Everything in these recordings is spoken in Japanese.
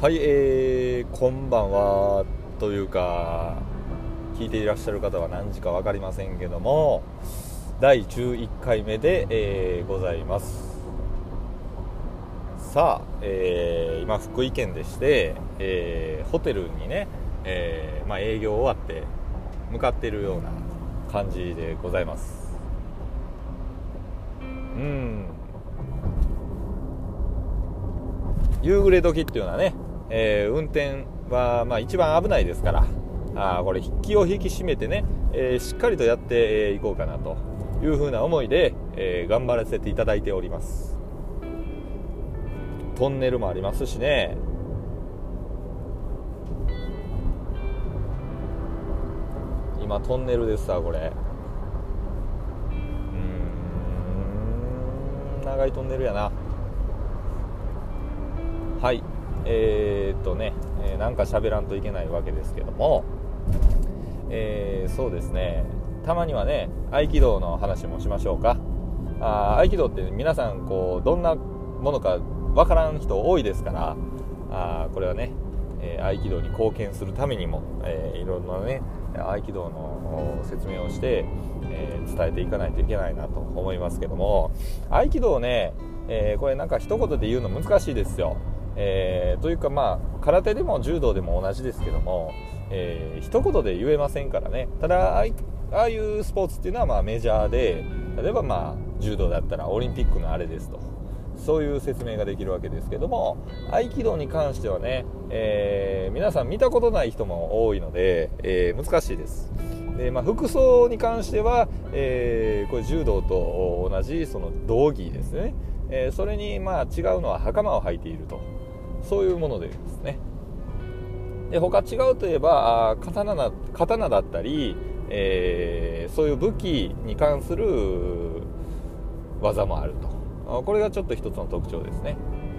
はい、こんばんはというか聞いていらっしゃる方は何時か分かりませんけども、第11回目で、ございます。さあ、今福井県でして、ホテルにね、営業終わって向かっているような感じでございます。夕暮れ時っていうのはね、運転は一番危ないですから、これ気を引き締めてね、しっかりとやっていこうかなというふうな思いで、頑張らせていただいております。トンネルもありますしね。今トンネルですわこれ。長いトンネルやな。はい、なんか喋らんといけないわけですけども、そうですね、たまにはね合気道の話もしましょうか。合気道って皆さんこうどんなものかわからん人多いですから、これはね、合気道に貢献するためにも、いろんなね合気道の説明をして、伝えていかないといけないなと思いますけども、合気道ね、これなんか一言で言うの難しいですよ。というか空手でも柔道でも同じですけども、一言で言えませんからね。ただああいうスポーツっていうのはメジャーで、例えば柔道だったらオリンピックのあれですと、そういう説明ができるわけですけども、合気道に関してはね、皆さん見たことない人も多いので、難しいです。で、服装に関しては、これ柔道と同じその道着ですね。それに違うのは袴を履いていると、そういうものですね。で、他違うといえば刀だったり、そういう武器に関する技もあると。これがちょっと一つの特徴ですね。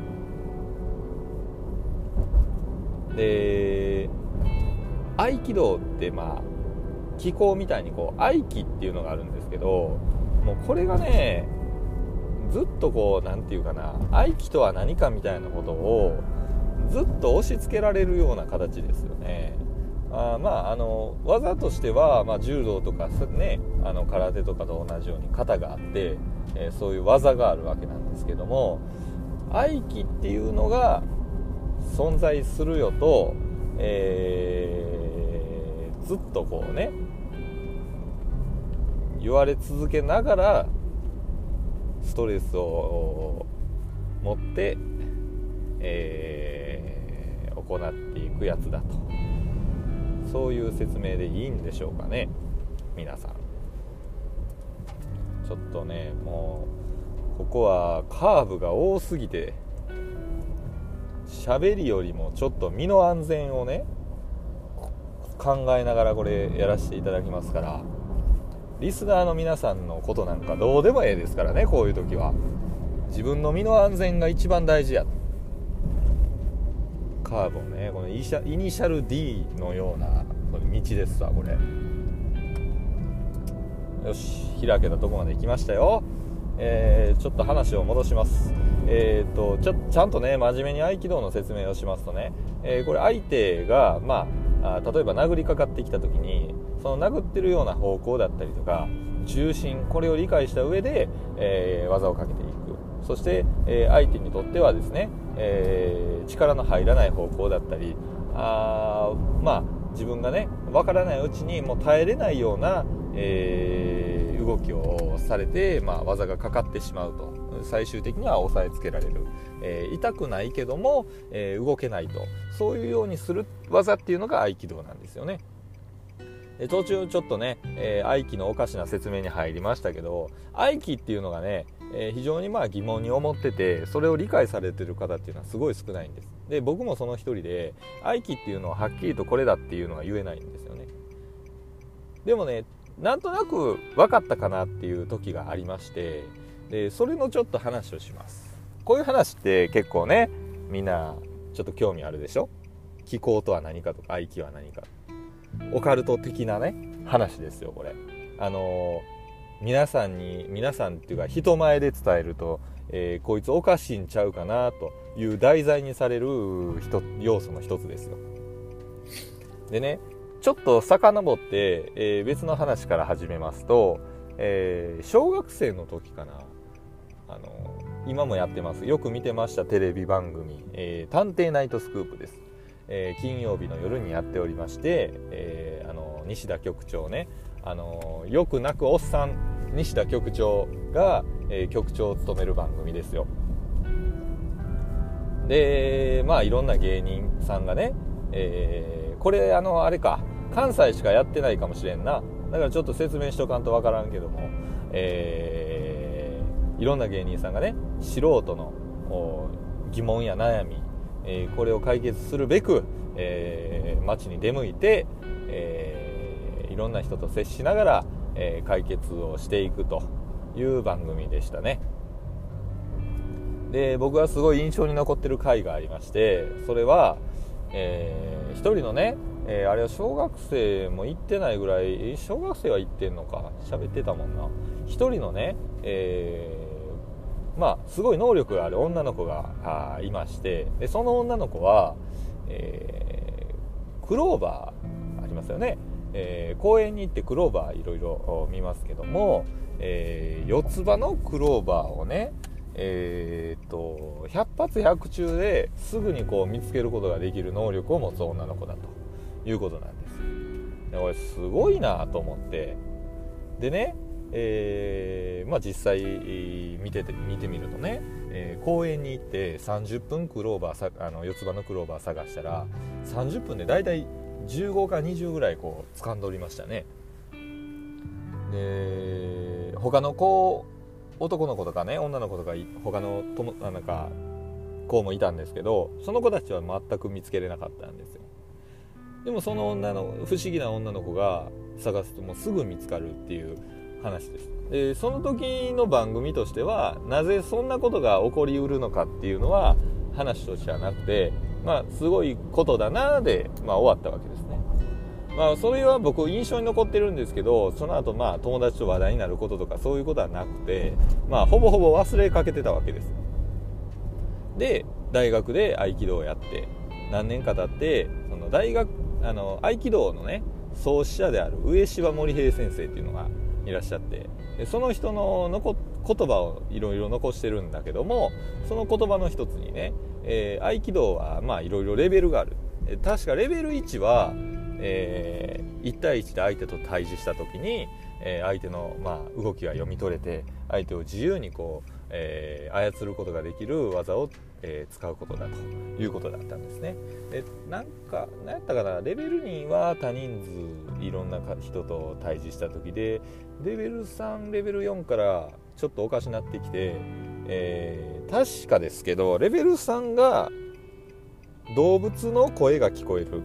で、合気道って気功みたいにこう合気っていうのがあるんですけど、もうこれがねずっとこうなんていうかな、合気とは何かみたいなことをずっと押し付けられるような形ですよね。技としては、柔道とかね、空手とかと同じように型があって、そういう技があるわけなんですけども、合気っていうのが存在するよと、ずっとこうね言われ続けながらストレスを持って、行っていくやつだと、そういう説明でいいんでしょうかね。皆さんちょっとね、もうここはカーブが多すぎて喋りよりもちょっと身の安全をね考えながらこれやらせていただきますから、リスナーの皆さんのことなんかどうでもええですからね。こういう時は自分の身の安全が一番大事や。カーブをね、このイニシャル D のような道ですわこれ。よし、開けたとこまで行きましたよ。ちょっと話を戻します。ちゃんとね真面目に合気道の説明をしますとね、これ相手が例えば殴りかかってきた時に、その殴ってるような方向だったりとか重心、これを理解した上で、技をかけていく。そして、相手にとってはですね、力の入らない方向だったり、自分がね分からないうちにもう耐えれないような、動きをされて、技がかかってしまうと、最終的には押さえつけられる、痛くないけども、動けないと、そういうようにする技っていうのが合気道なんですよね。途中ちょっとね、合気のおかしな説明に入りましたけど、合気っていうのがね、非常に疑問に思ってて、それを理解されてる方っていうのはすごい少ないんです。で、僕もその一人で、合気っていうのははっきりとこれだっていうのが言えないんですよね。でもね、なんとなく分かったかなっていう時がありまして、でそれのちょっと話をします。こういう話って結構ねみんなちょっと興味あるでしょ。気功とは何かとか合気は何か、オカルト的なね話ですよこれ。 皆さんっていうか人前で伝えると、こいつおかしいんちゃうかなという題材にされる要素の一つですよ。でね、ちょっと遡って、別の話から始めますと、小学生の時かな、今もやってます、よく見てましたテレビ番組、探偵ナイトスクープです。金曜日の夜にやっておりまして、西田局長ね、よく泣くおっさん西田局長が、局長を務める番組ですよ。でいろんな芸人さんがね、これあれか、関西しかやってないかもしれんな、だからちょっと説明しとかんとわからんけども、いろんな芸人さんがね、素人の疑問や悩み、これを解決するべく、街に出向いて、いろんな人と接しながら、解決をしていくという番組でしたね。で僕はすごい印象に残ってる回がありまして、それは、一人のね、あれは小学生も行ってないぐらい、小学生は行ってんのか、喋ってたもんな。一人のね、すごい能力がある女の子がいまして、でその女の子は、クローバーありますよね、公園に行ってクローバーいろいろ見ますけども、四つ葉のクローバーをね、100発100中ですぐにこう見つけることができる能力を持つ女の子だということなんです。でこれすごいなと思って、でね、実際見てみるとね、公園に行って30分クローバー四つ葉のクローバー探したら30分でだいたい15か20ぐらいこう掴んでおりましたね。で他の子、男の子とかね、女の子とか他のなんか子もいたんですけど、その子たちは全く見つけれなかったんですよ。でもその不思議な女の子が探すともうすぐ見つかるっていう話です。でその時の番組としてはなぜそんなことが起こりうるのかっていうのは話としてはなくて、すごいことだなで、終わったわけですね。それは僕印象に残ってるんですけど、その後友達と話題になることとかそういうことはなくて、ほぼほぼ忘れかけてたわけです。で大学で合気道をやって何年か経って、その大学合気道のね創始者である上柴守平先生っていうのがいらっしゃって、その人の言葉をいろいろ残してるんだけども、その言葉の一つにね、合気道はいろいろレベルがある。確かレベル1は、1対1で相手と対峙した時に、相手の、動きが読み取れて相手を自由にこう、操ることができる技を、使うことだということだったんですね。何やったかな、レベル2は多人数いろんな人と対峙した時で、レベル3レベル4からちょっとおかしなってきて、確かですけどレベル3が動物の声が聞こえる。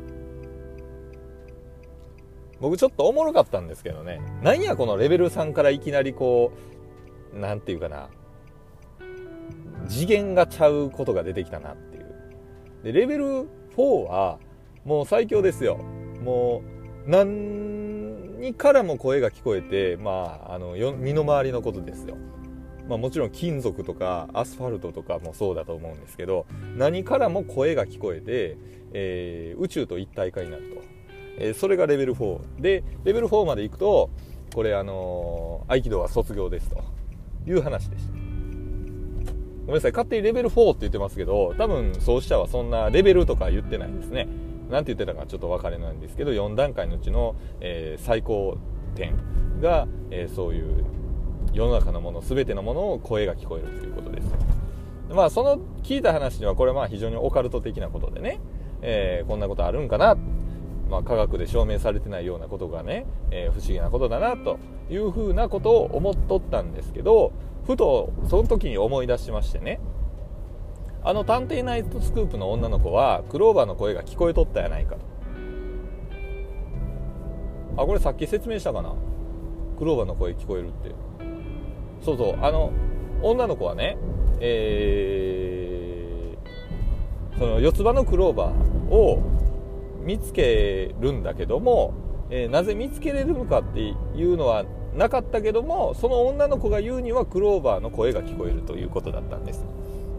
僕ちょっとおもろかったんですけどね、なんやこのレベル3からいきなりこうなんていうかな、次元がちゃうことが出てきたなっていう。でレベル4はもう最強ですよ。もう何からも声が聞こえて、身の回りのことですよ。もちろん金属とかアスファルトとかもそうだと思うんですけど、何からも声が聞こえて、宇宙と一体化になると、それがレベル4で、レベル4までいくとこれ合気道は卒業ですという話でした。ごめんなさい、勝手にレベル4って言ってますけど、多分創始者はそんなレベルとか言ってないんですね。なんて言ってたかちょっと分かれないんですけど、4段階のうちの、最高点が、そういう世の中のもの全てのものを声が聞こえるということです。その聞いた話にはこれ非常にオカルト的なことでね、こんなことあるんかな、科学で証明されてないようなことがね、不思議なことだなというふうなことを思っとったんですけど、ふとその時に思い出しましてね、探偵ナイトスクープの女の子はクローバーの声が聞こえとったやないかと。これさっき説明したかな、クローバーの声聞こえるって。そうそう、女の子はね、その四つ葉のクローバーを見つけるんだけども、なぜ見つけれるのかっていうのはなかったけども、その女の子が言うにはクローバーの声が聞こえるということだったんです。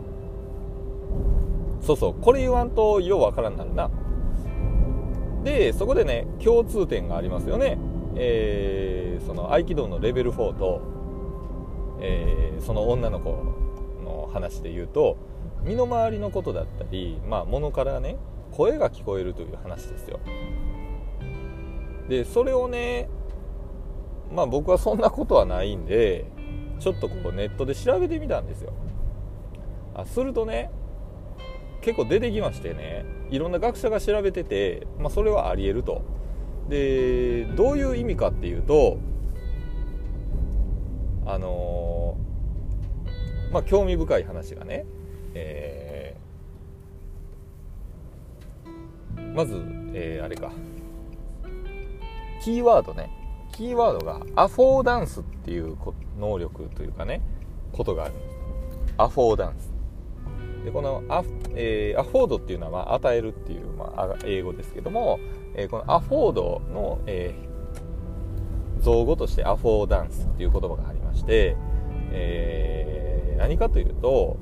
そうそう、これ言わんとようわからんなるな。でそこでね、共通点がありますよね。その合気道のレベル4と、その女の子の話で言うと、身の回りのことだったり、物からね、声が聞こえるという話ですよ。でそれをね、僕はそんなことはないんで、ちょっとこうネットで調べてみたんですよ。するとね、結構出てきましてね、いろんな学者が調べてて、それはあり得ると。でどういう意味かっていうと、興味深い話がね、まず、あれか、キーワードがアフォーダンスっていう能力というかね、ことがあるんです。アフォーダンスで、このアフォードっていうのは与えるっていう、英語ですけども、このアフォードの、造語としてアフォーダンスっていう言葉がありまして、何かというと、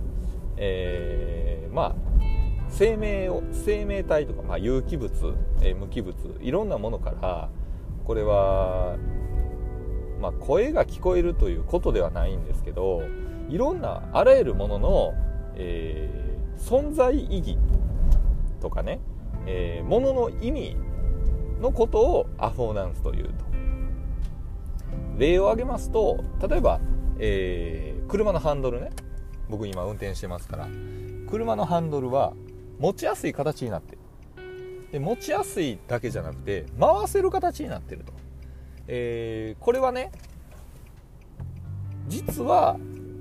生命体とか、有機物、無機物、いろんなものから、これは、声が聞こえるということではないんですけど、いろんなあらゆるものの、存在意義とかね、ものの意味のことをアフォーダンスというと。例を挙げますと、例えば、車のハンドルね、僕今運転してますから、車のハンドルは持ちやすい形になってる。で持ちやすいだけじゃなくて回せる形になってると。これはね、実は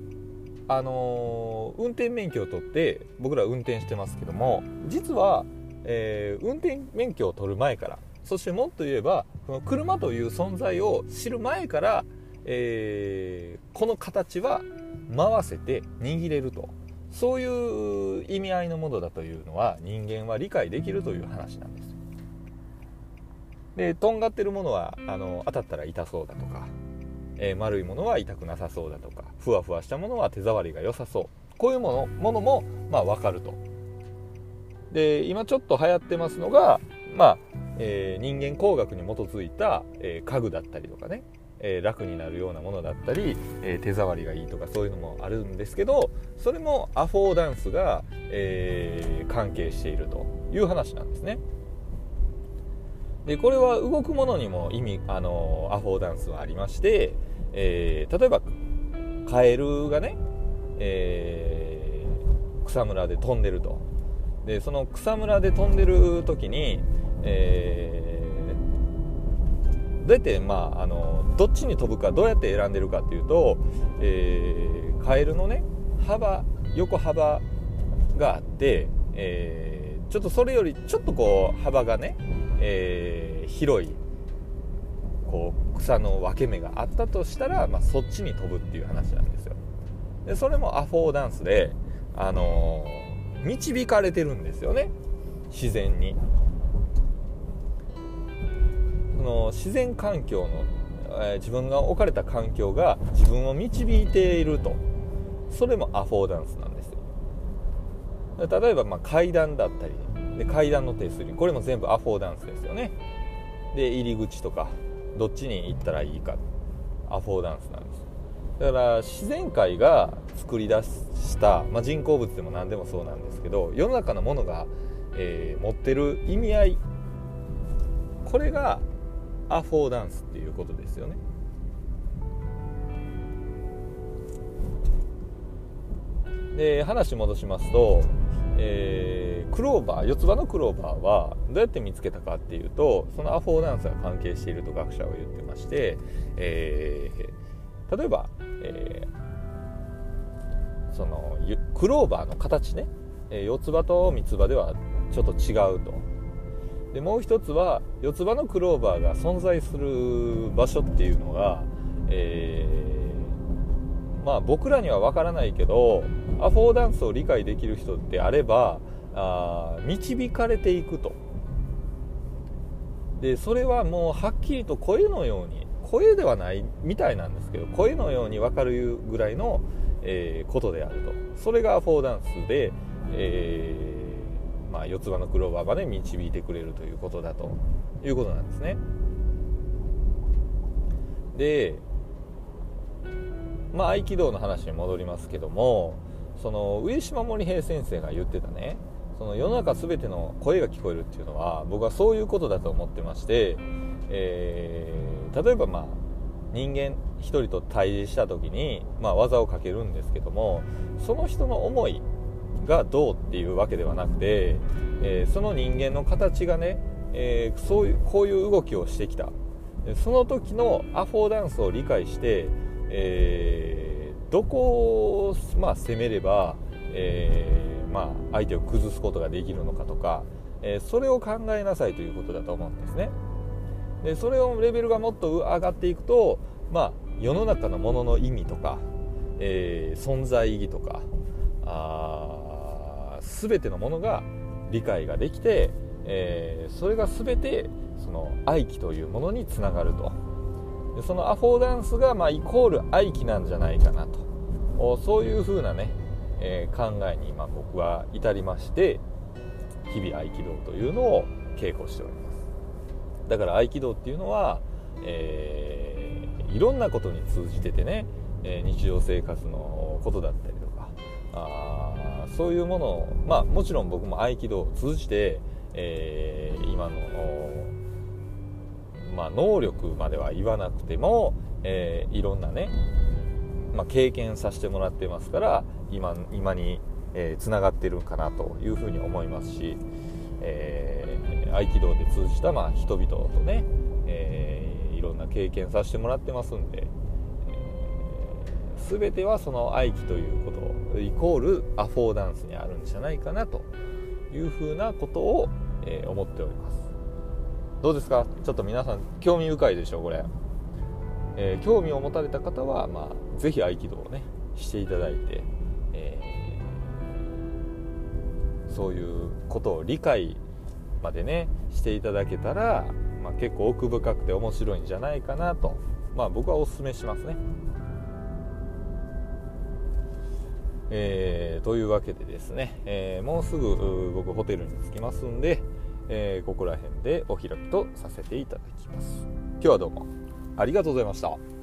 運転免許を取って僕ら運転してますけども、実は、運転免許を取る前から、そしてもっと言えばこの車という存在を知る前から、この形は回せて握れると、そういう意味合いのものだというのは人間は理解できるという話なんです。でとんがってるものは当たったら痛そうだとか、丸いものは痛くなさそうだとか、ふわふわしたものは手触りが良さそう、こういうものも分かると。で今ちょっと流行ってますのが、人間工学に基づいた、家具だったりとかね、楽になるようなものだったり、手触りがいいとか、そういうのもあるんですけど、それもアフォーダンスが、関係しているという話なんですね。でこれは動くものにもアフォーダンスはありまして、例えばカエルがね、草むらで飛んでると。でその草むらで飛んでる時に、どうやって、どっちに飛ぶか、どうやって選んでるかっていうと、カエルのね横幅があって、ちょっとそれよりちょっとこう幅がね、広いこう草の分け目があったとしたら、そっちに飛ぶっていう話なんですよ。でそれもアフォーダンスで、導かれてるんですよね、自然に。その自然環境の、自分が置かれた環境が自分を導いていると、それもアフォーダンスなんですよ。例えば階段だったりで、階段の手すり、これも全部アフォーダンスですよね。で入り口とかどっちに行ったらいいか、アフォーダンスなんです。だから自然界が作り出した、人工物でも何でもそうなんですけど、世の中のものが、持ってる意味合い、これがアフォーダンスっていうことですよね。で話戻しますと、クローバー、四つ葉のクローバーはどうやって見つけたかっていうと、そのアフォーダンスが関係していると学者は言ってまして、例えば、そのクローバーの形ね、四つ葉と三つ葉ではちょっと違うと。でもう一つは四つ葉のクローバーが存在する場所っていうのが、僕らには分からないけど、アフォーダンスを理解できる人であれば導かれていくと。でそれはもうはっきりと声のように声ではないみたいなんですけど、声のように分かるぐらいの、ことであると。それがアフォーダンスで、四つ葉のクローバーまで導いてくれるということだということなんですね。で、合気道の話に戻りますけども、その上島守平先生が言ってたね、その世の中全ての声が聞こえるっていうのは、僕はそういうことだと思ってまして、例えば人間一人と対峙した時に、技をかけるんですけども、その人の思いがどうっていうわけではなくて、その人間の形がね、こういう動きをしてきた、その時のアフォーダンスを理解して、どこを、攻めれば、相手を崩すことができるのかとか、それを考えなさいということだと思うんですね。でそれをレベルがもっと上がっていくと、世の中のものの意味とか、存在意義とか、全てのものが理解ができて、それが全てその愛機というものにつながると。でそのアフォーダンスがイコール愛機なんじゃないかなと、そういう風なね、考えに今僕は至りまして、日々合気道というのを稽古しております。だから合気道っていうのは、いろんなことに通じててね、日常生活のことだったりとか、そういうものを、もちろん僕も合気道を通じて、今の、能力までは言わなくても、いろんなね、経験させてもらってますから、今につながってるかなというふうに思いますし、合気道で通じた人々とね、いろんな経験させてもらってますんで、全てはその合気ということイコールアフォーダンスにあるんじゃないかなというふうなことを、思っております。どうですか？ちょっと皆さん興味深いでしょこれ、興味を持たれた方は、ぜひ合気道をねしていただいて、そういうことを理解までねしていただけたら、結構奥深くて面白いんじゃないかなと、僕はお勧めしますね。というわけでですね、もうすぐ僕ホテルに着きますんで、ここら辺でお開きとさせていただきます。今日はどうもありがとうございました。